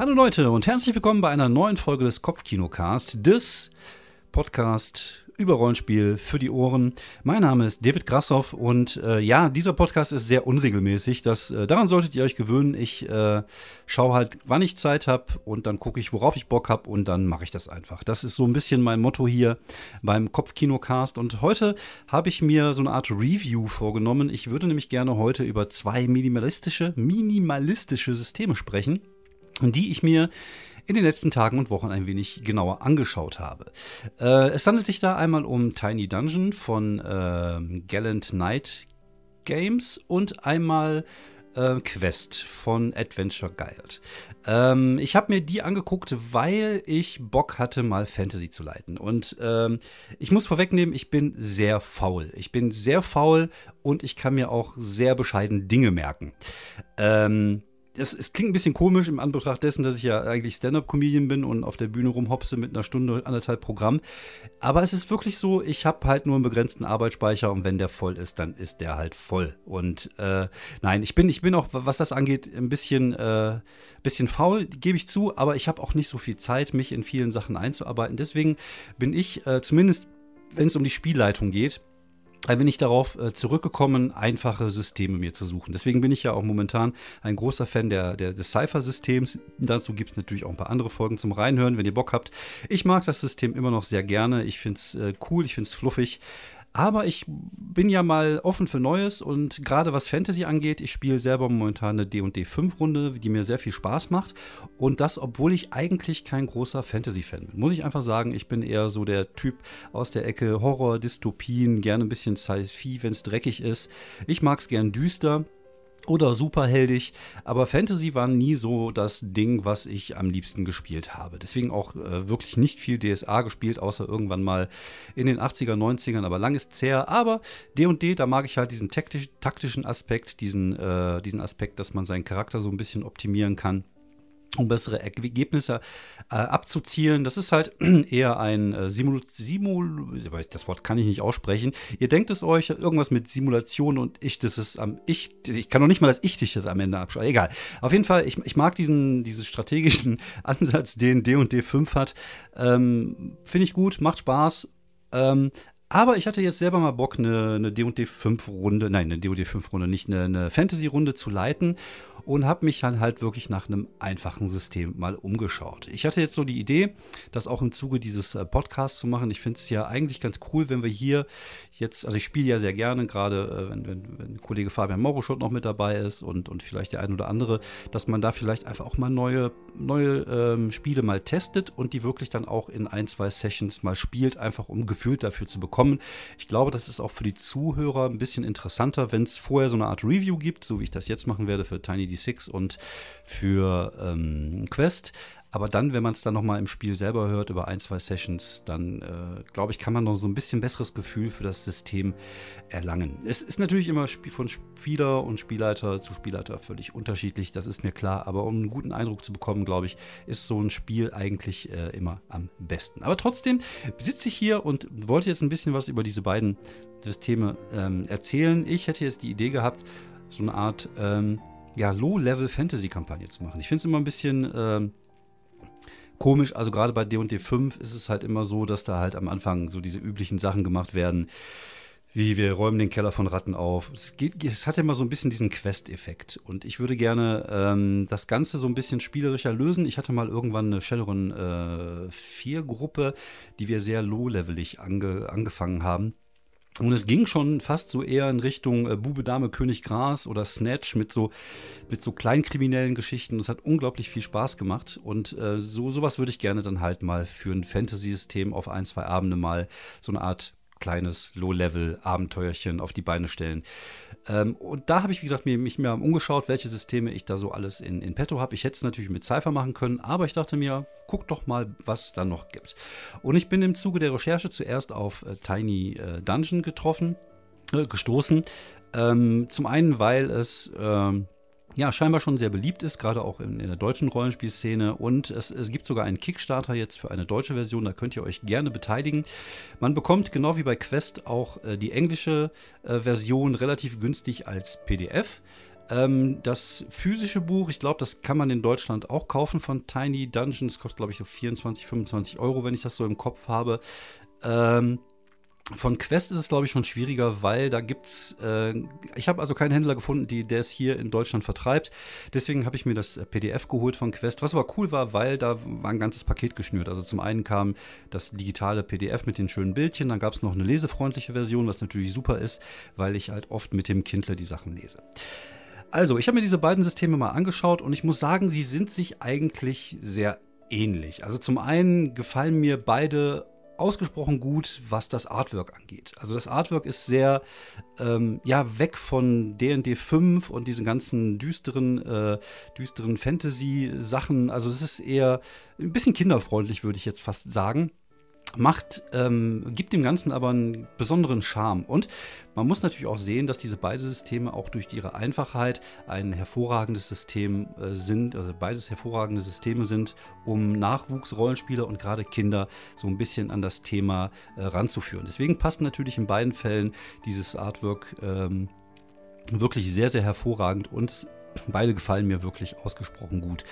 Hallo Leute und herzlich willkommen bei einer neuen Folge des Kopfkinocast, des Podcast über Rollenspiel für die Ohren. Mein Name ist David Grassoff und dieser Podcast ist sehr unregelmäßig. Daran solltet ihr euch gewöhnen. Ich schaue halt, wann ich Zeit habe und dann gucke ich, worauf ich Bock habe und dann mache ich das einfach. Das ist so ein bisschen mein Motto hier beim Kopfkinocast und heute habe ich mir so eine Art Review vorgenommen. Ich würde nämlich gerne heute über zwei minimalistische Systeme sprechen, die ich mir in den letzten Tagen und Wochen ein wenig genauer angeschaut habe. Es handelt sich da einmal um Tiny Dungeon von Gallant Knight Games und einmal Quest von Adventure Guild. Ich habe mir die angeguckt, weil ich Bock hatte, mal Fantasy zu leiten. Und ich muss vorwegnehmen, ich bin sehr faul. Und ich kann mir auch sehr bescheiden Dinge merken. Es klingt ein bisschen komisch im Anbetracht dessen, dass ich ja eigentlich Stand-Up-Comedian bin und auf der Bühne rumhopse mit einer Stunde, anderthalb Programm. Aber es ist wirklich so, ich habe halt nur einen begrenzten Arbeitsspeicher und wenn der voll ist, dann ist der halt voll. Und nein, ich bin auch, was das angeht, ein bisschen faul, gebe ich zu, aber ich habe auch nicht so viel Zeit, mich in vielen Sachen einzuarbeiten. Deswegen bin ich, zumindest wenn es um die Spielleitung geht, bin ich darauf zurückgekommen, einfache Systeme mir zu suchen. Deswegen bin ich ja auch momentan ein großer Fan des Cypher-Systems. Dazu gibt es natürlich auch ein paar andere Folgen zum Reinhören, wenn ihr Bock habt. Ich mag das System immer noch sehr gerne. Ich finde es cool, ich finde es fluffig. Aber ich bin ja mal offen für Neues und gerade was Fantasy angeht, ich spiele selber momentan eine D&D 5-Runde, die mir sehr viel Spaß macht. Und das, obwohl ich eigentlich kein großer Fantasy-Fan bin. Muss ich einfach sagen, ich bin eher so der Typ aus der Ecke Horror, Dystopien, gerne ein bisschen Sci-Fi, wenn es dreckig ist. Ich mag es gern düster oder superheldig, aber Fantasy war nie so das Ding, was ich am liebsten gespielt habe. Deswegen auch wirklich nicht viel DSA gespielt, außer irgendwann mal in den 80er, 90ern, aber lang ist es her. Aber D&D, da mag ich halt diesen taktischen Aspekt, diesen Aspekt, dass man seinen Charakter so ein bisschen optimieren kann, um bessere Ergebnisse abzuzielen. Das ist halt eher ein das Wort kann ich nicht aussprechen. Ihr denkt es euch, irgendwas mit Simulation und ich kann noch nicht mal das Ich-Dich am Ende abschreiben. Egal. Auf jeden Fall, ich mag diesen strategischen Ansatz, den D&D 5 hat. Finde ich gut, macht Spaß. Aber ich hatte jetzt selber mal Bock, eine D&D 5-Runde, nicht, eine Fantasy-Runde zu leiten und habe mich dann halt wirklich nach einem einfachen System mal umgeschaut. Ich hatte jetzt so die Idee, das auch im Zuge dieses Podcasts zu machen. Ich finde es ja eigentlich ganz cool, wenn wir hier jetzt, also ich spiele ja sehr gerne, gerade wenn Kollege Fabian Mauruschott noch mit dabei ist und vielleicht der ein oder andere, dass man da vielleicht einfach auch mal neue Spiele mal testet und die wirklich dann auch in 1-2 Sessions mal spielt, einfach um ein Gefühl dafür zu bekommen. Ich glaube, das ist auch für die Zuhörer ein bisschen interessanter, wenn es vorher so eine Art Review gibt, so wie ich das jetzt machen werde für Tiny D6 und für Quest. Aber dann, wenn man es dann nochmal im Spiel selber hört, über 1-2 Sessions, dann, glaube ich, kann man noch so ein bisschen besseres Gefühl für das System erlangen. Es ist natürlich immer von Spieler und Spielleiter zu Spielleiter völlig unterschiedlich, das ist mir klar. Aber um einen guten Eindruck zu bekommen, glaube ich, ist so ein Spiel eigentlich immer am besten. Aber trotzdem sitze ich hier und wollte jetzt ein bisschen was über diese beiden Systeme erzählen. Ich hätte jetzt die Idee gehabt, so eine Art Low-Level-Fantasy-Kampagne zu machen. Ich finde es immer ein bisschen komisch, also gerade bei D&D 5 ist es halt immer so, dass da halt am Anfang so diese üblichen Sachen gemacht werden, wie wir räumen den Keller von Ratten auf. Es hat immer so ein bisschen diesen Quest-Effekt und ich würde gerne das Ganze so ein bisschen spielerischer lösen. Ich hatte mal irgendwann eine Shadowrun 4-Gruppe, die wir sehr low-levelig angefangen haben. Und es ging schon fast so eher in Richtung Bube, Dame, König, Gras oder Snatch mit so kleinkriminellen Geschichten. Das hat unglaublich viel Spaß gemacht. Und sowas würde ich gerne dann halt mal für ein Fantasy-System auf 1-2 Abende mal so eine Art kleines Low-Level-Abenteuerchen auf die Beine stellen. Und da habe ich, wie gesagt, mich mir umgeschaut, welche Systeme ich da so alles in petto habe. Ich hätte es natürlich mit Cypher machen können, aber ich dachte mir, guck doch mal, was es da noch gibt. Und ich bin im Zuge der Recherche zuerst auf Tiny Dungeon gestoßen. Zum einen, weil es scheinbar schon sehr beliebt ist, gerade auch in der deutschen Rollenspielszene. Und es gibt sogar einen Kickstarter jetzt für eine deutsche Version, da könnt ihr euch gerne beteiligen. Man bekommt, genau wie bei Quest, auch die englische Version relativ günstig als PDF. Das physische Buch, ich glaube, das kann man in Deutschland auch kaufen von Tiny Dungeons. Kostet, glaube ich, so 24, 25 Euro, wenn ich das so im Kopf habe. Von Quest ist es, glaube ich, schon schwieriger, weil da gibt's, ich habe also keinen Händler gefunden, der es hier in Deutschland vertreibt. Deswegen habe ich mir das PDF geholt von Quest, was aber cool war, weil da war ein ganzes Paket geschnürt. Also zum einen kam das digitale PDF mit den schönen Bildchen, dann gab es noch eine lesefreundliche Version, was natürlich super ist, weil ich halt oft mit dem Kindle die Sachen lese. Also, ich habe mir diese beiden Systeme mal angeschaut und ich muss sagen, sie sind sich eigentlich sehr ähnlich. Also zum einen gefallen mir beide ausgesprochen gut, was das Artwork angeht. Also das Artwork ist sehr, weg von D&D 5 und diesen ganzen düsteren Fantasy-Sachen. Also es ist eher ein bisschen kinderfreundlich, würde ich jetzt fast sagen. Gibt dem Ganzen aber einen besonderen Charme. Und man muss natürlich auch sehen, dass diese beiden Systeme auch durch ihre Einfachheit ein hervorragendes System sind, also beides hervorragende Systeme sind, um Nachwuchsrollenspieler und gerade Kinder so ein bisschen an das Thema ranzuführen. Deswegen passt natürlich in beiden Fällen dieses Artwork wirklich sehr, sehr hervorragend und beide gefallen mir wirklich ausgesprochen gut.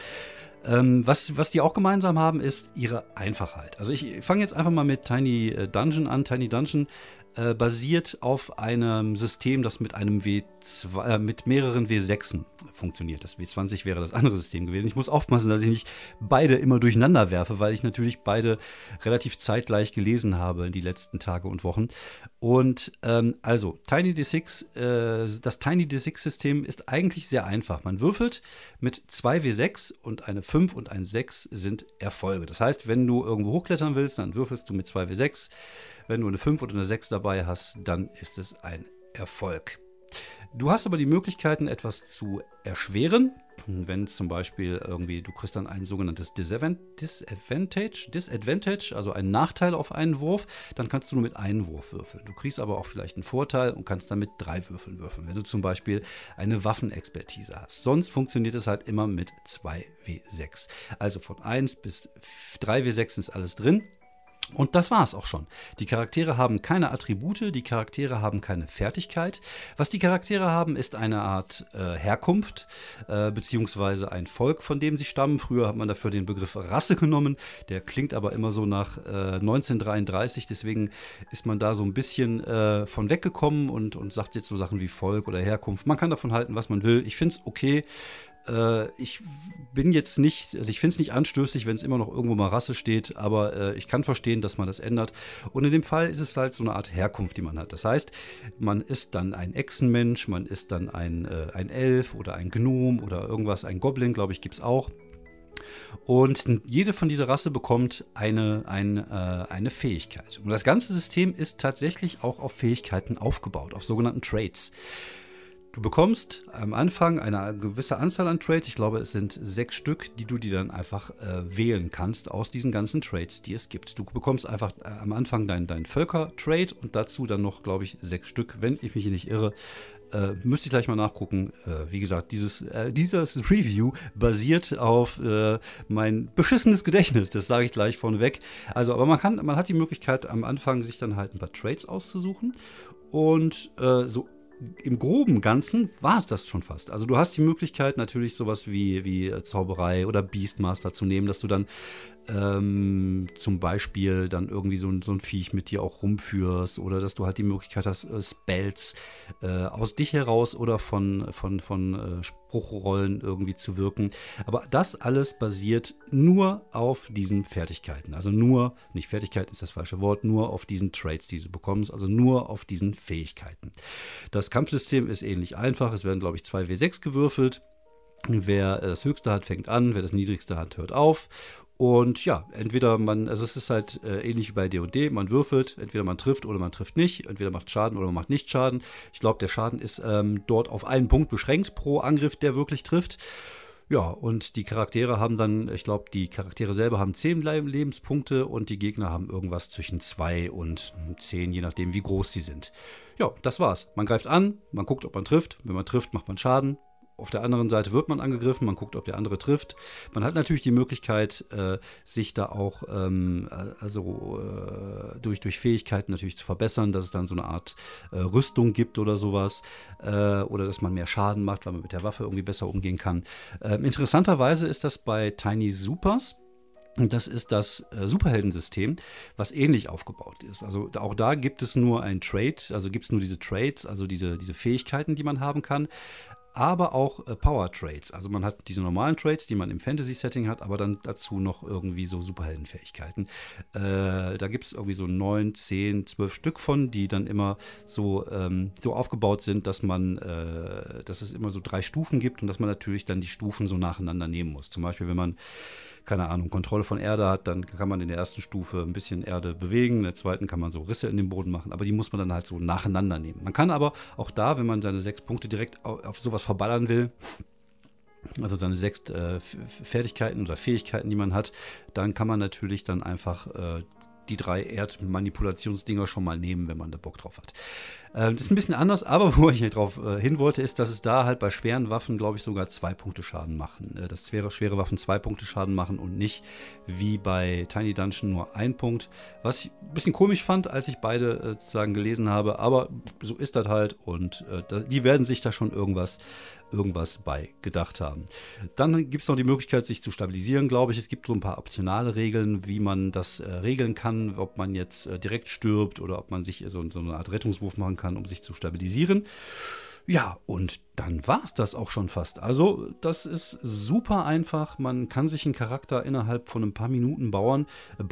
Was die auch gemeinsam haben, ist ihre Einfachheit. Also ich fange jetzt einfach mal mit Tiny Dungeon an. Tiny Dungeon basiert auf einem System, das mit einem mit mehreren W6en funktioniert. Das W20 wäre das andere System gewesen. Ich muss aufpassen, dass ich nicht beide immer durcheinander werfe, weil ich natürlich beide relativ zeitgleich gelesen habe in die letzten Tage und Wochen. Und also Tiny D6, das Tiny D6-System ist eigentlich sehr einfach. Man würfelt mit 2 W6 und eine 5 und ein 6 sind Erfolge. Das heißt, wenn du irgendwo hochklettern willst, dann würfelst du mit 2 W6. Wenn du eine 5 oder eine 6 dabei hast, dann ist es ein Erfolg. Du hast aber die Möglichkeiten, etwas zu erschweren. Wenn zum Beispiel irgendwie, du kriegst dann ein sogenanntes Disadvantage, also einen Nachteil auf einen Wurf, dann kannst du nur mit einem Wurf würfeln. Du kriegst aber auch vielleicht einen Vorteil und kannst dann mit 3 Würfeln würfeln, wenn du zum Beispiel eine Waffenexpertise hast. Sonst funktioniert es halt immer mit 2 W6. Also von 1 bis 3 W6 ist alles drin. Und das war es auch schon. Die Charaktere haben keine Attribute, die Charaktere haben keine Fertigkeit. Was die Charaktere haben, ist eine Art Herkunft, beziehungsweise ein Volk, von dem sie stammen. Früher hat man dafür den Begriff Rasse genommen, der klingt aber immer so nach 1933, deswegen ist man da so ein bisschen von weggekommen und sagt jetzt so Sachen wie Volk oder Herkunft. Man kann davon halten, was man will. Ich finde es okay. Ich finde es nicht anstößig, wenn es immer noch irgendwo mal Rasse steht, aber ich kann verstehen, dass man das ändert. Und in dem Fall ist es halt so eine Art Herkunft, die man hat. Das heißt, man ist dann ein Echsenmensch, man ist dann ein Elf oder ein Gnom oder irgendwas, ein Goblin, glaube ich, gibt es auch. Und jede von dieser Rasse bekommt eine Fähigkeit. Und das ganze System ist tatsächlich auch auf Fähigkeiten aufgebaut, auf sogenannten Traits. Du bekommst am Anfang eine gewisse Anzahl an Traits, ich glaube es sind 6 Stück, die du dir dann einfach wählen kannst aus diesen ganzen Traits, die es gibt. Du bekommst einfach am Anfang dein Völker-Trait und dazu dann noch, glaube ich, 6 Stück, wenn ich mich hier nicht irre. Müsste ich gleich mal nachgucken. Wie gesagt, dieses Review basiert auf mein beschissenes Gedächtnis, das sage ich gleich vorneweg. Also, aber man hat die Möglichkeit am Anfang sich dann halt ein paar Traits auszusuchen und so im groben Ganzen war es das schon fast. Also du hast die Möglichkeit natürlich sowas wie Zauberei oder Beastmaster zu nehmen, dass du dann zum Beispiel dann irgendwie so ein Viech mit dir auch rumführst oder dass du halt die Möglichkeit hast, Spells aus dich heraus oder von Spruchrollen irgendwie zu wirken. Aber das alles basiert nur auf diesen Fertigkeiten. Also nur, nicht Fertigkeit ist das falsche Wort, nur auf diesen Traits, die du bekommst, also nur auf diesen Fähigkeiten. Das Kampfsystem ist ähnlich einfach. Es werden, glaube ich, 2 W6 gewürfelt. Wer das höchste hat, fängt an. Wer das niedrigste hat, hört auf. Und ja, entweder also es ist halt ähnlich wie bei D&D, man würfelt, entweder man trifft oder man trifft nicht, entweder macht Schaden oder man macht nicht Schaden. Ich glaube, der Schaden ist dort auf einen Punkt beschränkt pro Angriff, der wirklich trifft. Ja, und die Charaktere haben dann, ich glaube, die Charaktere selber haben 10 Lebenspunkte und die Gegner haben irgendwas zwischen 2 und 10, je nachdem, wie groß sie sind. Ja, das war's. Man greift an, man guckt, ob man trifft. Wenn man trifft, macht man Schaden. Auf der anderen Seite wird man angegriffen, man guckt, ob der andere trifft. Man hat natürlich die Möglichkeit, sich da auch durch Fähigkeiten natürlich zu verbessern, dass es dann so eine Art Rüstung gibt oder sowas. Oder dass man mehr Schaden macht, weil man mit der Waffe irgendwie besser umgehen kann. Interessanterweise ist das bei Tiny Supers. Und das ist das Superheldensystem, was ähnlich aufgebaut ist. Also auch da gibt es nur ein Trade, also gibt es nur diese Trades, also diese Fähigkeiten, die man haben kann. Aber auch Power Trades. Also man hat diese normalen Trades, die man im Fantasy-Setting hat, aber dann dazu noch irgendwie so Superheldenfähigkeiten. Da gibt es irgendwie so 9, 10, 12 Stück von, die dann immer so aufgebaut sind, dass es immer so 3 Stufen gibt und dass man natürlich dann die Stufen so nacheinander nehmen muss. Zum Beispiel, wenn man keine Ahnung, Kontrolle von Erde hat, dann kann man in der ersten Stufe ein bisschen Erde bewegen, in der zweiten kann man so Risse in den Boden machen, aber die muss man dann halt so nacheinander nehmen. Man kann aber auch da, wenn man seine 6 Punkte direkt auf sowas verballern will, also seine 6 Fertigkeiten oder Fähigkeiten, die man hat, dann kann man natürlich dann einfach die 3 Erdmanipulationsdinger schon mal nehmen, wenn man da Bock drauf hat. Das ist ein bisschen anders, aber wo ich drauf hin wollte, ist, dass es da halt bei schweren Waffen, glaube ich, sogar 2 Punkte Schaden machen. Dass schwere Waffen 2 Punkte Schaden machen und nicht wie bei Tiny Dungeon nur 1 Punkt. Was ich ein bisschen komisch fand, als ich beide sozusagen gelesen habe, aber so ist das halt und die werden sich da schon irgendwas bei gedacht haben. Dann gibt es noch die Möglichkeit, sich zu stabilisieren, glaube ich. Es gibt so ein paar optionale Regeln, wie man das regeln kann, ob man jetzt direkt stirbt oder ob man sich so eine Art Rettungswurf machen kann, um sich zu stabilisieren. Ja, und dann war es das auch schon fast. Also, das ist super einfach. Man kann sich einen Charakter innerhalb von ein paar Minuten bauen.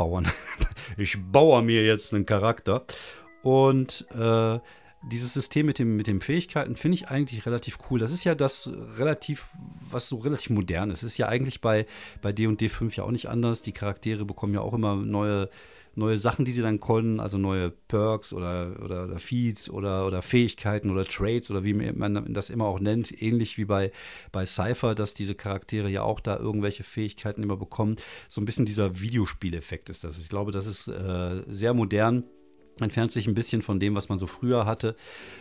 Ich baue mir jetzt einen Charakter. Und dieses System mit den Fähigkeiten finde ich eigentlich relativ cool. Das ist ja was so relativ modern ist. Es ist ja eigentlich bei D&D 5 ja auch nicht anders. Die Charaktere bekommen ja auch immer neue Sachen, die sie dann können, also neue Perks oder Feats oder Fähigkeiten oder Traits oder wie man das immer auch nennt, ähnlich wie bei Cypher, dass diese Charaktere ja auch da irgendwelche Fähigkeiten immer bekommen. So ein bisschen dieser Videospieleffekt ist das. Ich glaube, das ist sehr modern. Entfernt sich ein bisschen von dem, was man so früher hatte,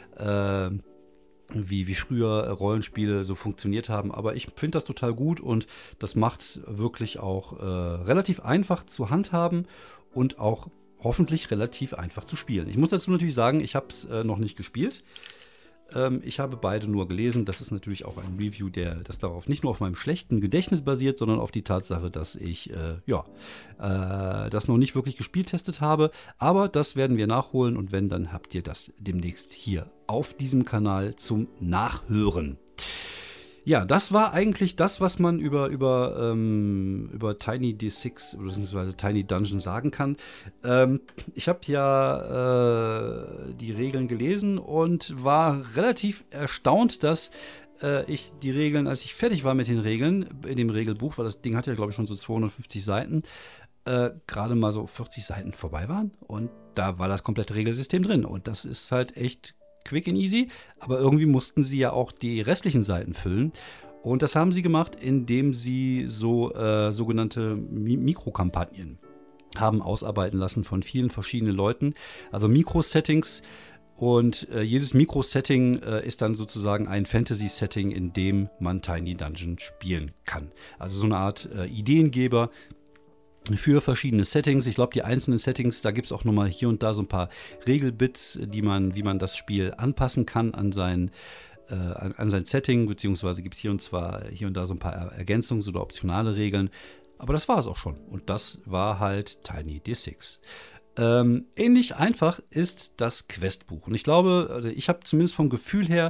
wie früher Rollenspiele so funktioniert haben. Aber ich finde das total gut und das macht es wirklich auch relativ einfach zu handhaben und auch hoffentlich relativ einfach zu spielen. Ich muss dazu natürlich sagen, ich habe es noch nicht gespielt. Ich habe beide nur gelesen. Das ist natürlich auch ein Review, das darauf nicht nur auf meinem schlechten Gedächtnis basiert, sondern auf die Tatsache, dass ich das noch nicht wirklich gespieltestet habe. Aber das werden wir nachholen und wenn, dann habt ihr das demnächst hier auf diesem Kanal zum Nachhören. Ja, das war eigentlich das, was man über Tiny D6 bzw. Tiny Dungeon sagen kann. Ich habe ja die Regeln gelesen und war relativ erstaunt, dass ich die Regeln, als ich fertig war mit den Regeln in dem Regelbuch, weil das Ding hat ja, glaube ich, schon so 250 Seiten, gerade mal so 40 Seiten vorbei waren und da war das komplette Regelsystem drin und das ist halt echt quick and easy, aber irgendwie mussten sie ja auch die restlichen Seiten füllen. Und das haben sie gemacht, indem sie so sogenannte Mikrokampagnen haben ausarbeiten lassen von vielen verschiedenen Leuten. Also Mikrosettings. Und jedes Mikrosetting ist dann sozusagen ein Fantasy-Setting, in dem man Tiny Dungeon spielen kann. Also so eine Art Ideengeber für verschiedene Settings. Ich glaube, die einzelnen Settings, da gibt es auch nochmal hier und da so ein paar Regelbits, wie man das Spiel anpassen kann an sein Setting, beziehungsweise gibt es hier und da so ein paar Ergänzungs- oder optionale Regeln. Aber das war es auch schon. Und das war halt Tiny D6. Ähnlich einfach ist das Questbuch. Und ich glaube, ich habe zumindest vom Gefühl her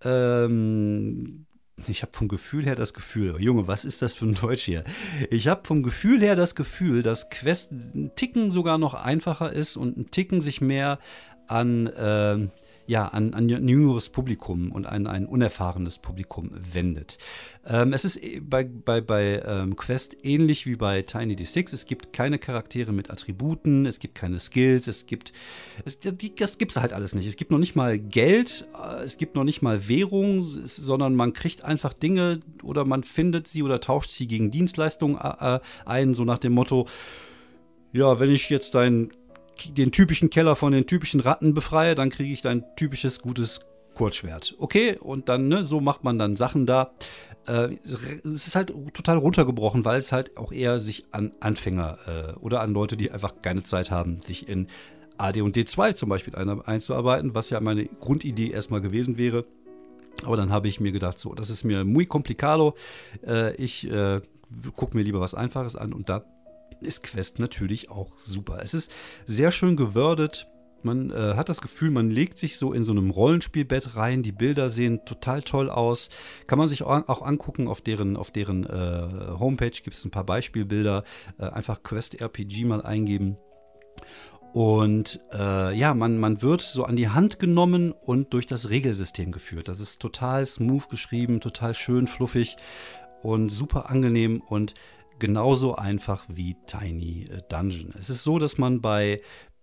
das Gefühl, Junge, was ist das für ein Deutsch hier? Ich habe vom Gefühl her das Gefühl, dass Quest ein Ticken sogar noch einfacher ist und ein Ticken sich mehr an ein jüngeres Publikum und ein unerfahrenes Publikum wendet. Es ist bei Quest ähnlich wie bei Tiny D6. Es gibt keine Charaktere mit Attributen, es gibt keine Skills, das gibt es halt alles nicht. Es gibt noch nicht mal Geld, es gibt noch nicht mal Währung, sondern man kriegt einfach Dinge oder man findet sie oder tauscht sie gegen Dienstleistungen ein, so nach dem Motto, ja, wenn ich jetzt den typischen Keller von den typischen Ratten befreie, dann kriege ich dein typisches gutes Kurzschwert. Okay, und dann, ne, so macht man dann Sachen da. Es ist halt total runtergebrochen, weil es halt auch eher sich an Anfänger oder an Leute, die einfach keine Zeit haben, sich in AD&D 2 zum Beispiel einzuarbeiten, was ja meine Grundidee erstmal gewesen wäre. Aber dann habe ich mir gedacht, so, das ist mir muy complicado. Ich gucke mir lieber was Einfaches an und da ist Quest natürlich auch super. Es ist sehr schön gewordet. Man hat das Gefühl, man legt sich so in so einem Rollenspielbett rein. Die Bilder sehen total toll aus. Kann man sich auch angucken auf deren Homepage. Gibt es ein paar Beispielbilder. Einfach Quest RPG mal eingeben. Und man wird so an die Hand genommen und durch das Regelsystem geführt. Das ist total smooth geschrieben, total schön, fluffig und super angenehm und genauso einfach wie Tiny Dungeon. Es ist so, dass man bei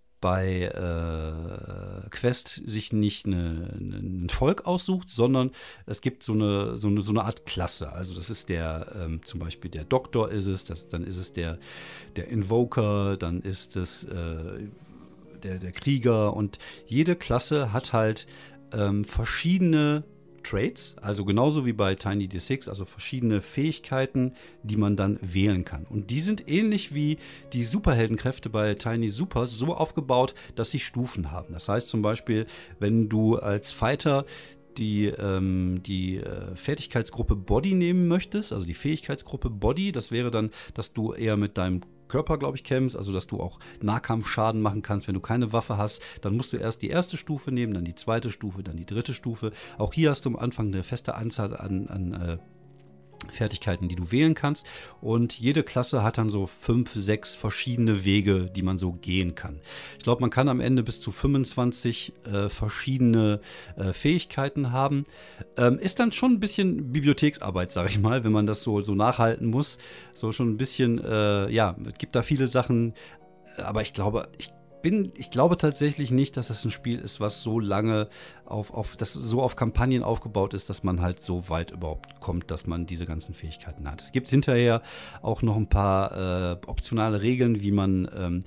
Quest sich nicht ein Volk aussucht, sondern es gibt so eine Art Klasse. Also das ist zum Beispiel der Doktor ist es, dann ist es der Invoker, dann ist es der Krieger und jede Klasse hat halt verschiedene Traits, also genauso wie bei Tiny D6, also verschiedene Fähigkeiten, die man dann wählen kann. Und die sind ähnlich wie die Superheldenkräfte bei Tiny Supers so aufgebaut, dass sie Stufen haben. Das heißt zum Beispiel, wenn du als Fighter die Fertigkeitsgruppe Body nehmen möchtest, also die Fähigkeitsgruppe Body, das wäre dann, dass du eher mit deinem Körper, glaube ich, kämpfst, also dass du auch Nahkampfschaden machen kannst, wenn du keine Waffe hast, dann musst du erst die erste Stufe nehmen, dann die zweite Stufe, dann die dritte Stufe. Auch hier hast du am Anfang eine feste Anzahl an Fertigkeiten, die du wählen kannst und jede Klasse hat dann so 5, 6 verschiedene Wege, die man so gehen kann. Ich glaube, man kann am Ende bis zu 25 verschiedene Fähigkeiten haben. Ist dann schon ein bisschen Bibliotheksarbeit, sage ich mal, wenn man das so nachhalten muss. So schon ein bisschen, es gibt da viele Sachen, aber ich glaube tatsächlich nicht, dass das ein Spiel ist, was so lange auf Kampagnen aufgebaut ist, dass man halt so weit überhaupt kommt, dass man diese ganzen Fähigkeiten hat. Es gibt hinterher auch noch ein paar optionale Regeln, wie man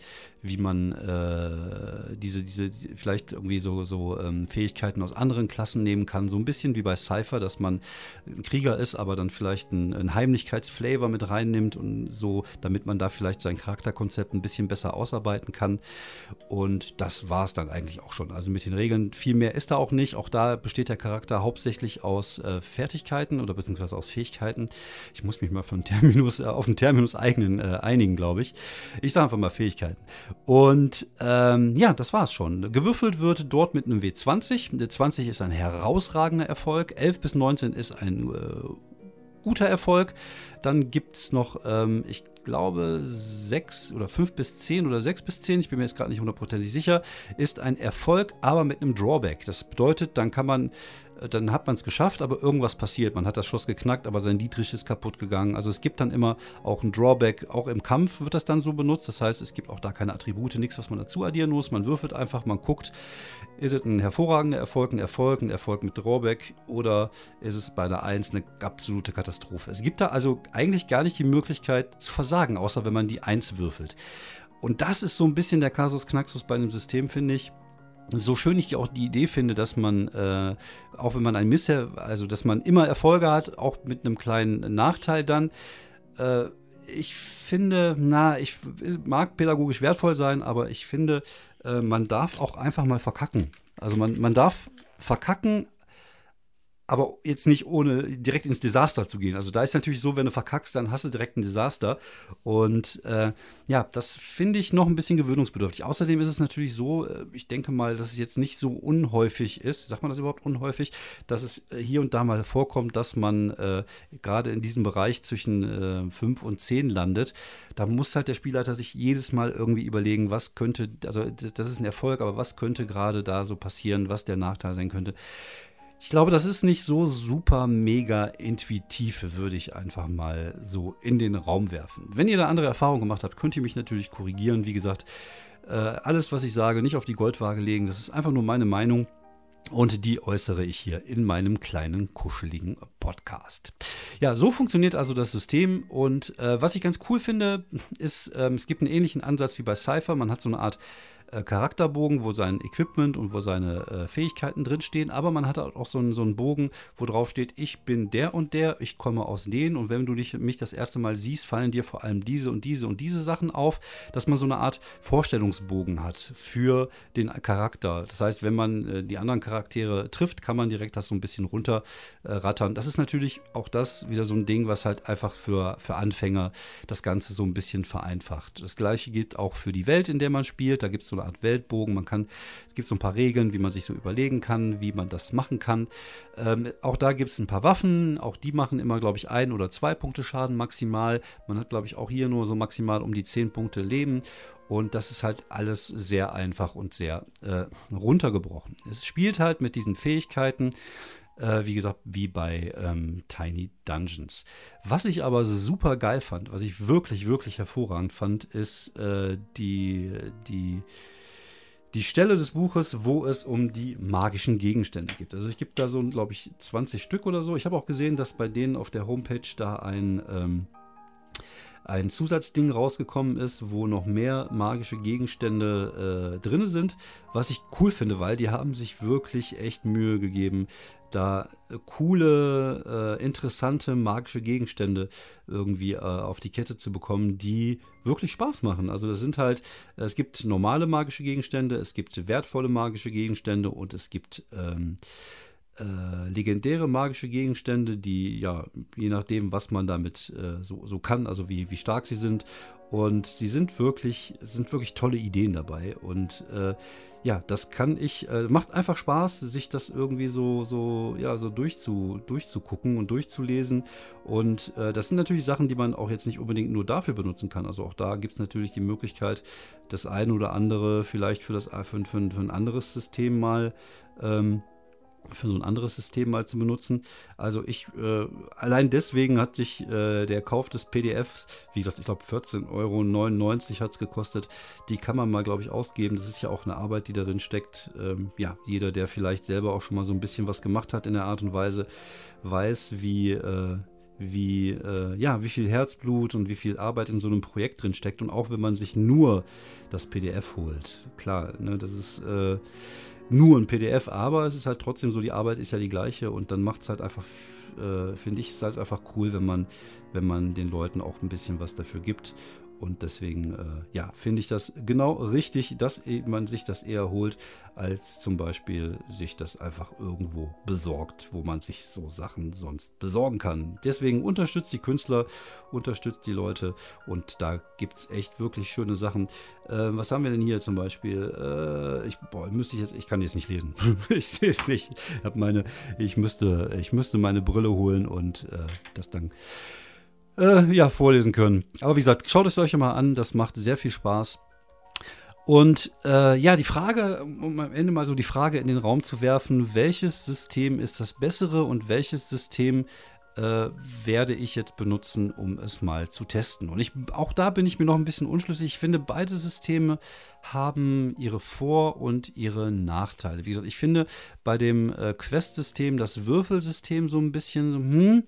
diese vielleicht irgendwie so Fähigkeiten aus anderen Klassen nehmen kann. So ein bisschen wie bei Cypher, dass man ein Krieger ist, aber dann vielleicht einen Heimlichkeitsflavor mit reinnimmt und so, damit man da vielleicht sein Charakterkonzept ein bisschen besser ausarbeiten kann. Und das war es dann eigentlich auch schon. Also mit den Regeln, viel mehr ist da auch nicht. Auch da besteht der Charakter hauptsächlich aus Fertigkeiten oder beziehungsweise aus Fähigkeiten. Ich muss mich mal auf den Terminus einigen, glaube ich. Ich sage einfach mal Fähigkeiten. Und das war's schon. Gewürfelt wird dort mit einem W20. Der 20 ist ein herausragender Erfolg. 11 bis 19 ist ein guter Erfolg. Dann gibt es noch, ich glaube, 6 oder 5 bis 10 oder 6 bis 10, ich bin mir jetzt gerade nicht hundertprozentig sicher, ist ein Erfolg, aber mit einem Drawback. Das bedeutet, dann hat man es geschafft, aber irgendwas passiert. Man hat das Schloss geknackt, aber sein Dietrich ist kaputt gegangen. Also es gibt dann immer auch ein Drawback. Auch im Kampf wird das dann so benutzt. Das heißt, es gibt auch da keine Attribute, nichts, was man dazu addieren muss. Man würfelt einfach, man guckt, ist es ein hervorragender Erfolg, ein Erfolg mit Drawback oder ist es bei der 1 eine absolute Katastrophe. Es gibt da also eigentlich gar nicht die Möglichkeit zu versagen, außer wenn man die 1 würfelt. Und das ist so ein bisschen der Kasus Knaxus bei einem System, finde ich. So schön ich auch die Idee finde, dass man, auch wenn man dass man immer Erfolge hat, auch mit einem kleinen Nachteil dann. Ich finde, ich mag pädagogisch wertvoll sein, aber ich finde, man darf auch einfach mal verkacken. Also man darf verkacken, aber jetzt nicht ohne direkt ins Desaster zu gehen. Also da ist natürlich so, wenn du verkackst, dann hast du direkt ein Desaster. Und das finde ich noch ein bisschen gewöhnungsbedürftig. Außerdem ist es natürlich so, ich denke mal, dass es jetzt nicht so unhäufig ist, sagt man das überhaupt unhäufig, dass es hier und da mal vorkommt, dass man gerade in diesem Bereich zwischen 5 und 10 landet. Da muss halt der Spielleiter sich jedes Mal irgendwie überlegen, was könnte, also das ist ein Erfolg, aber was könnte gerade da so passieren, was der Nachteil sein könnte. Ich glaube, das ist nicht so super mega intuitiv, würde ich einfach mal so in den Raum werfen. Wenn ihr da andere Erfahrungen gemacht habt, könnt ihr mich natürlich korrigieren. Wie gesagt, alles, was ich sage, nicht auf die Goldwaage legen. Das ist einfach nur meine Meinung und die äußere ich hier in meinem kleinen, kuscheligen Podcast. Ja, so funktioniert also das System und was ich ganz cool finde, ist, es gibt einen ähnlichen Ansatz wie bei Cypher. Man hat so eine Art Charakterbogen, wo sein Equipment und wo seine Fähigkeiten drinstehen, aber man hat auch so einen Bogen, wo drauf steht, ich bin der und der, ich komme aus denen und wenn du mich das erste Mal siehst, fallen dir vor allem diese und diese und diese Sachen auf, dass man so eine Art Vorstellungsbogen hat für den Charakter. Das heißt, wenn man die anderen Charaktere trifft, kann man direkt das so ein bisschen runterrattern. Das ist natürlich auch das wieder so ein Ding, was halt einfach für Anfänger das Ganze so ein bisschen vereinfacht. Das gleiche gilt auch für die Welt, in der man spielt. Da gibt es so eine Art Weltbogen. Es gibt so ein paar Regeln, wie man sich so überlegen kann, wie man das machen kann. Auch da gibt es ein paar Waffen. Auch die machen immer, glaube ich, 1 oder 2 Punkte Schaden maximal. Man hat, glaube ich, auch hier nur so maximal um die 10 Punkte Leben. Und das ist halt alles sehr einfach und sehr runtergebrochen. Es spielt halt mit diesen Fähigkeiten, wie gesagt, wie bei Tiny Dungeons. Was ich aber super geil fand, was ich wirklich, wirklich hervorragend fand, ist die Stelle des Buches, wo es um die magischen Gegenstände geht. Also es gibt da so, glaube ich, 20 Stück oder so. Ich habe auch gesehen, dass bei denen auf der Homepage da ein Zusatzding rausgekommen ist, wo noch mehr magische Gegenstände drin sind, was ich cool finde, weil die haben sich wirklich echt Mühe gegeben, da coole, interessante magische Gegenstände irgendwie auf die Kette zu bekommen, die wirklich Spaß machen. Also das sind halt, es gibt normale magische Gegenstände, es gibt wertvolle magische Gegenstände und es gibt legendäre magische Gegenstände, die ja, je nachdem, was man damit so kann, also wie stark sie sind. Und sie sind wirklich tolle Ideen dabei. Und ja, das macht einfach Spaß, sich das irgendwie so durchzugucken und durchzulesen. Und das sind natürlich Sachen, die man auch jetzt nicht unbedingt nur dafür benutzen kann. Also auch da gibt es natürlich die Möglichkeit, das eine oder andere vielleicht für ein anderes System mal für so ein anderes System mal zu benutzen. Also allein deswegen hat sich der Kauf des PDFs, wie gesagt, ich glaube 14,99 € hat es gekostet, die kann man mal, glaube ich, ausgeben. Das ist ja auch eine Arbeit, die darin steckt. Ja, jeder, der vielleicht selber auch schon mal so ein bisschen was gemacht hat in der Art und Weise, weiß, wie viel Herzblut und wie viel Arbeit in so einem Projekt drin steckt. Und auch wenn man sich nur das PDF holt. Klar, ne, das ist nur ein PDF, aber es ist halt trotzdem so, die Arbeit ist ja die gleiche und dann macht es halt einfach, finde ich es halt einfach cool, wenn man den Leuten auch ein bisschen was dafür gibt. Und deswegen, finde ich das genau richtig, dass man sich das eher holt, als zum Beispiel sich das einfach irgendwo besorgt, wo man sich so Sachen sonst besorgen kann. Deswegen unterstützt die Künstler, unterstützt die Leute und da gibt es echt wirklich schöne Sachen. Was haben wir denn hier zum Beispiel? Ich kann jetzt nicht lesen. Ich sehe es nicht. Ich müsste meine Brille holen und das dann vorlesen können. Aber wie gesagt, schaut es euch mal an, das macht sehr viel Spaß. Und die Frage, um am Ende mal so die Frage in den Raum zu werfen, welches System ist das bessere und welches System werde ich jetzt benutzen, um es mal zu testen. Und auch da bin ich mir noch ein bisschen unschlüssig. Ich finde, beide Systeme haben ihre Vor- und ihre Nachteile. Wie gesagt, ich finde bei dem Quest-System, das Würfelsystem so ein bisschen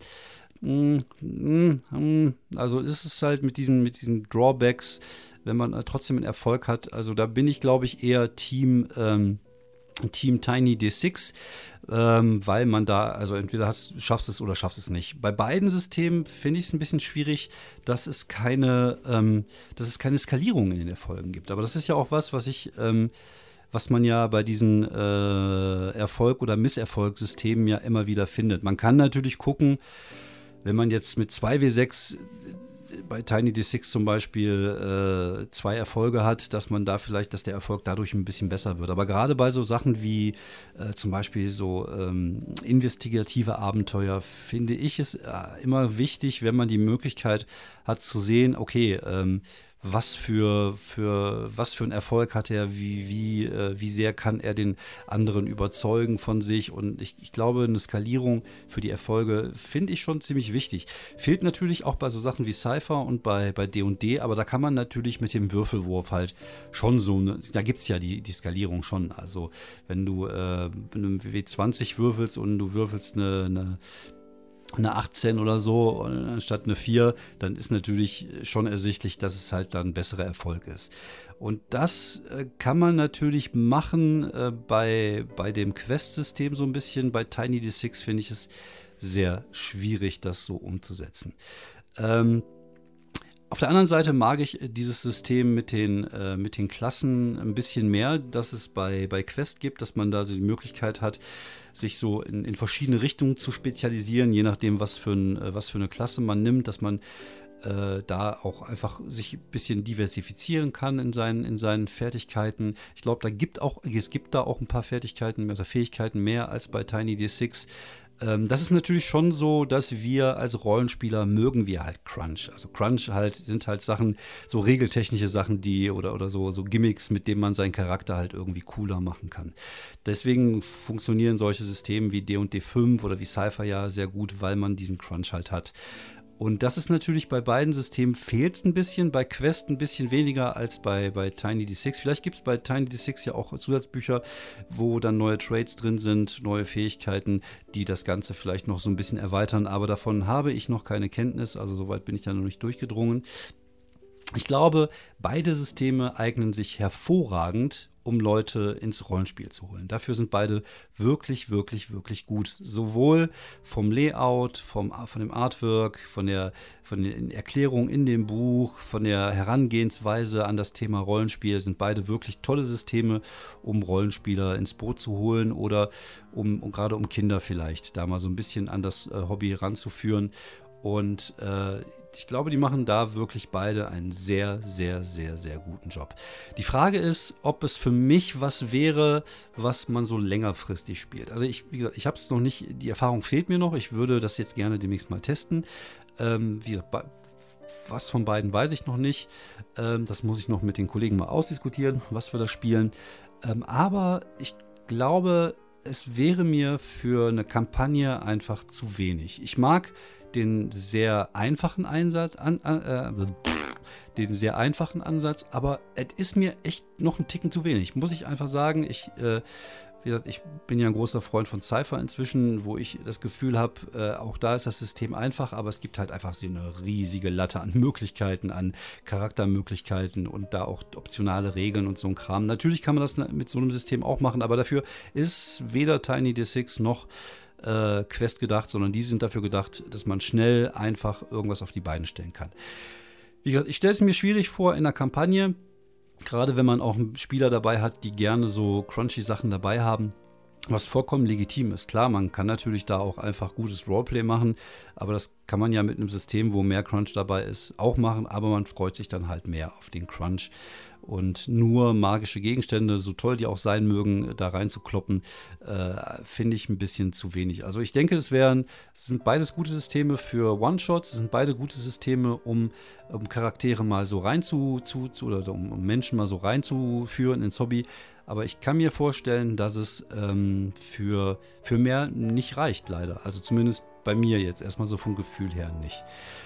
also ist es halt mit diesen Drawbacks, wenn man trotzdem einen Erfolg hat. Also da bin ich, glaube ich, eher Team Tiny D6, weil man da, also entweder schaffst es oder schaffst es nicht. Bei beiden Systemen finde ich es ein bisschen schwierig, dass es keine Skalierung in den Erfolgen gibt. Aber das ist ja auch was man ja bei diesen Erfolg- oder Misserfolgssystemen ja immer wieder findet. Man kann natürlich gucken, wenn man jetzt mit 2W6 bei Tiny D6 zum Beispiel 2 Erfolge hat, dass der Erfolg dadurch ein bisschen besser wird. Aber gerade bei so Sachen wie zum Beispiel so investigative Abenteuer finde ich es immer wichtig, wenn man die Möglichkeit hat zu sehen, okay, was für einen Erfolg hat er, wie sehr kann er den anderen überzeugen von sich. Und ich glaube, eine Skalierung für die Erfolge finde ich schon ziemlich wichtig. Fehlt natürlich auch bei so Sachen wie Cypher und bei D&D, aber da kann man natürlich mit dem Würfelwurf halt schon da gibt es ja die Skalierung schon. Also wenn du W20 würfelst und du würfelst eine eine 18 oder so anstatt eine 4, dann ist natürlich schon ersichtlich, dass es halt dann ein besserer Erfolg ist. Und das kann man natürlich machen bei dem Quest-System so ein bisschen. Bei TinyD6 finde ich es sehr schwierig, das so umzusetzen. Auf der anderen Seite mag ich dieses System mit den Klassen ein bisschen mehr, dass es bei Quest gibt, dass man da so die Möglichkeit hat, sich so in verschiedene Richtungen zu spezialisieren, je nachdem, was für eine Klasse man nimmt, dass man da auch einfach sich ein bisschen diversifizieren kann in seinen Fertigkeiten. Ich glaube, es gibt da auch ein paar Fähigkeiten mehr als bei TinyD6. Das ist natürlich schon so, dass wir als Rollenspieler mögen wir halt Crunch. Also Crunch sind halt Sachen, so regeltechnische Sachen, oder so Gimmicks, mit denen man seinen Charakter halt irgendwie cooler machen kann. Deswegen funktionieren solche Systeme wie D&D 5 oder wie Cypher ja sehr gut, weil man diesen Crunch halt hat. Und das ist natürlich bei beiden Systemen fehlt es ein bisschen, bei Quest ein bisschen weniger als bei TinyD6. Vielleicht gibt es bei TinyD6 ja auch Zusatzbücher, wo dann neue Traits drin sind, neue Fähigkeiten, die das Ganze vielleicht noch so ein bisschen erweitern. Aber davon habe ich noch keine Kenntnis, also soweit bin ich da noch nicht durchgedrungen. Ich glaube, beide Systeme eignen sich hervorragend, um Leute ins Rollenspiel zu holen. Dafür sind beide wirklich, wirklich, wirklich gut. Sowohl vom Layout, von dem Artwork, von den Erklärungen in dem Buch, von der Herangehensweise an das Thema Rollenspiel sind beide wirklich tolle Systeme, um Rollenspieler ins Boot zu holen oder gerade um Kinder vielleicht da mal so ein bisschen an das Hobby heranzuführen. Und ich glaube, die machen da wirklich beide einen sehr, sehr, sehr, sehr guten Job. Die Frage ist, ob es für mich was wäre, was man so längerfristig spielt. Also wie gesagt, ich habe es noch nicht, die Erfahrung fehlt mir noch. Ich würde das jetzt gerne demnächst mal testen. Wie gesagt, was von beiden weiß ich noch nicht. Das muss ich noch mit den Kollegen mal ausdiskutieren, was wir da spielen. Aber ich glaube, es wäre mir für eine Kampagne einfach zu wenig. Ich mag den sehr einfachen Ansatz, aber es ist mir echt noch ein Ticken zu wenig, muss ich einfach sagen. Wie gesagt, ich bin ja ein großer Freund von Cypher inzwischen, wo ich das Gefühl habe, auch da ist das System einfach, aber es gibt halt einfach so eine riesige Latte an Möglichkeiten, an Charaktermöglichkeiten und da auch optionale Regeln und so ein Kram. Natürlich kann man das mit so einem System auch machen, aber dafür ist weder TinyD6 noch Quest gedacht, sondern die sind dafür gedacht, dass man schnell einfach irgendwas auf die Beine stellen kann. Wie gesagt, ich stelle es mir schwierig vor in einer Kampagne, gerade wenn man auch einen Spieler dabei hat, die gerne so crunchy Sachen dabei haben, was vollkommen legitim ist. Klar, man kann natürlich da auch einfach gutes Roleplay machen, aber das kann man ja mit einem System, wo mehr Crunch dabei ist, auch machen, aber man freut sich dann halt mehr auf den Crunch. Und nur magische Gegenstände, so toll die auch sein mögen, da reinzukloppen, finde ich ein bisschen zu wenig. Also ich denke, es sind beides gute Systeme für One-Shots, es sind beide gute Systeme, um Charaktere mal so oder um Menschen mal so reinzuführen ins Hobby. Aber ich kann mir vorstellen, dass es für mehr nicht reicht, leider. Also zumindest bei mir jetzt erstmal so vom Gefühl her nicht.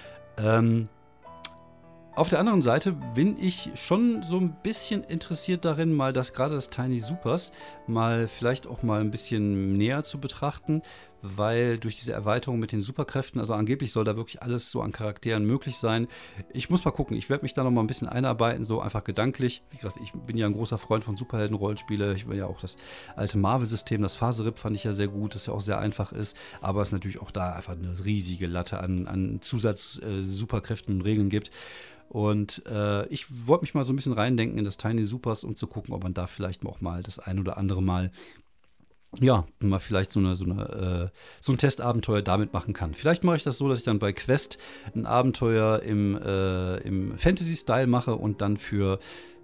Auf der anderen Seite bin ich schon so ein bisschen interessiert darin, mal gerade das Tiny Supers mal vielleicht auch mal ein bisschen näher zu betrachten, weil durch diese Erweiterung mit den Superkräften, also angeblich soll da wirklich alles so an Charakteren möglich sein. Ich muss mal gucken, ich werde mich da noch mal ein bisschen einarbeiten, so einfach gedanklich. Wie gesagt, ich bin ja ein großer Freund von Superhelden-Rollenspiele. Ich will ja auch das alte Marvel-System, das Phase-Rip fand ich ja sehr gut, das ja auch sehr einfach ist, aber es natürlich auch da einfach eine riesige Latte an Zusatz-Superkräften und Regeln gibt. Und ich wollte mich mal so ein bisschen reindenken in das Tiny Supers, um zu gucken, ob man da vielleicht auch mal das ein oder andere Mal, ja, mal vielleicht so ein Testabenteuer damit machen kann. Vielleicht mache ich das so, dass ich dann bei Quest ein Abenteuer im Fantasy-Style mache und dann für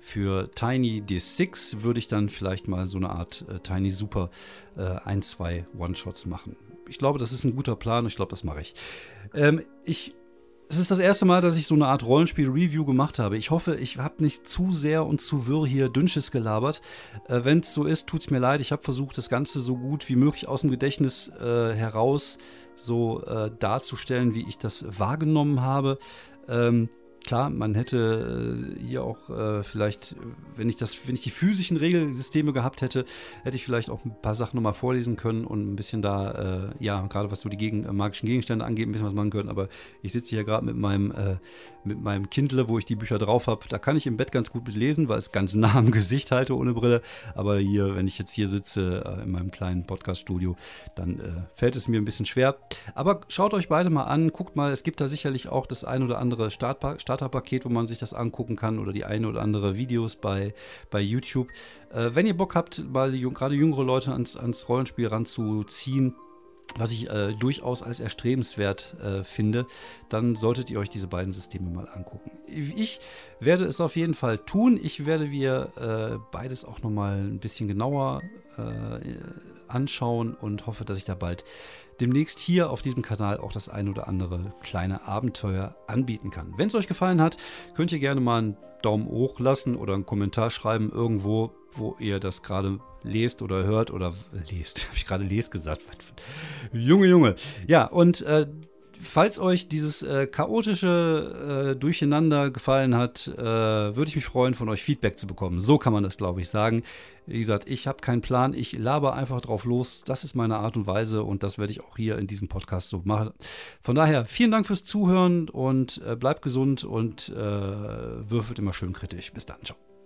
TinyD6 würde ich dann vielleicht mal so eine Art Tiny Super 1-2 One-Shots machen. Ich glaube, das ist ein guter Plan und ich glaube, das mache ich. Es ist das erste Mal, dass ich so eine Art Rollenspiel-Review gemacht habe. Ich hoffe, ich habe nicht zu sehr und zu wirr hier Dünnschiss gelabert. Wenn es so ist, tut es mir leid. Ich habe versucht, das Ganze so gut wie möglich aus dem Gedächtnis heraus so darzustellen, wie ich das wahrgenommen habe. klar, man hätte hier auch vielleicht, wenn ich die physischen Regelsysteme gehabt hätte, hätte ich vielleicht auch ein paar Sachen nochmal vorlesen können und ein bisschen da, gerade was so die magischen Gegenstände angeht, ein bisschen was machen können. Aber ich sitze hier gerade mit meinem Kindle, wo ich die Bücher drauf habe. Da kann ich im Bett ganz gut mit lesen, weil ich es ganz nah am Gesicht halte ohne Brille. Aber hier, wenn ich jetzt hier sitze in meinem kleinen Podcast-Studio, dann fällt es mir ein bisschen schwer. Aber schaut euch beide mal an, guckt mal, es gibt da sicherlich auch das ein oder andere Starterpaket, wo man sich das angucken kann oder die eine oder andere Videos bei YouTube. Wenn ihr Bock habt, mal gerade jüngere Leute ans Rollenspiel ranzuziehen, was ich durchaus als erstrebenswert finde, dann solltet ihr euch diese beiden Systeme mal angucken. Ich werde es auf jeden Fall tun. Ich werde mir beides auch nochmal ein bisschen genauer anschauen und hoffe, dass ich da bald demnächst hier auf diesem Kanal auch das ein oder andere kleine Abenteuer anbieten kann. Wenn es euch gefallen hat, könnt ihr gerne mal einen Daumen hoch lassen oder einen Kommentar schreiben irgendwo, wo ihr das gerade lest oder hört oder lest. Habe ich gerade lest gesagt? Junge. Ja, und falls euch dieses chaotische Durcheinander gefallen hat, würde ich mich freuen, von euch Feedback zu bekommen. So kann man das, glaube ich, sagen. Wie gesagt, ich habe keinen Plan. Ich laber einfach drauf los. Das ist meine Art und Weise und das werde ich auch hier in diesem Podcast so machen. Von daher, vielen Dank fürs Zuhören und bleibt gesund und würfelt immer schön kritisch. Bis dann. Ciao.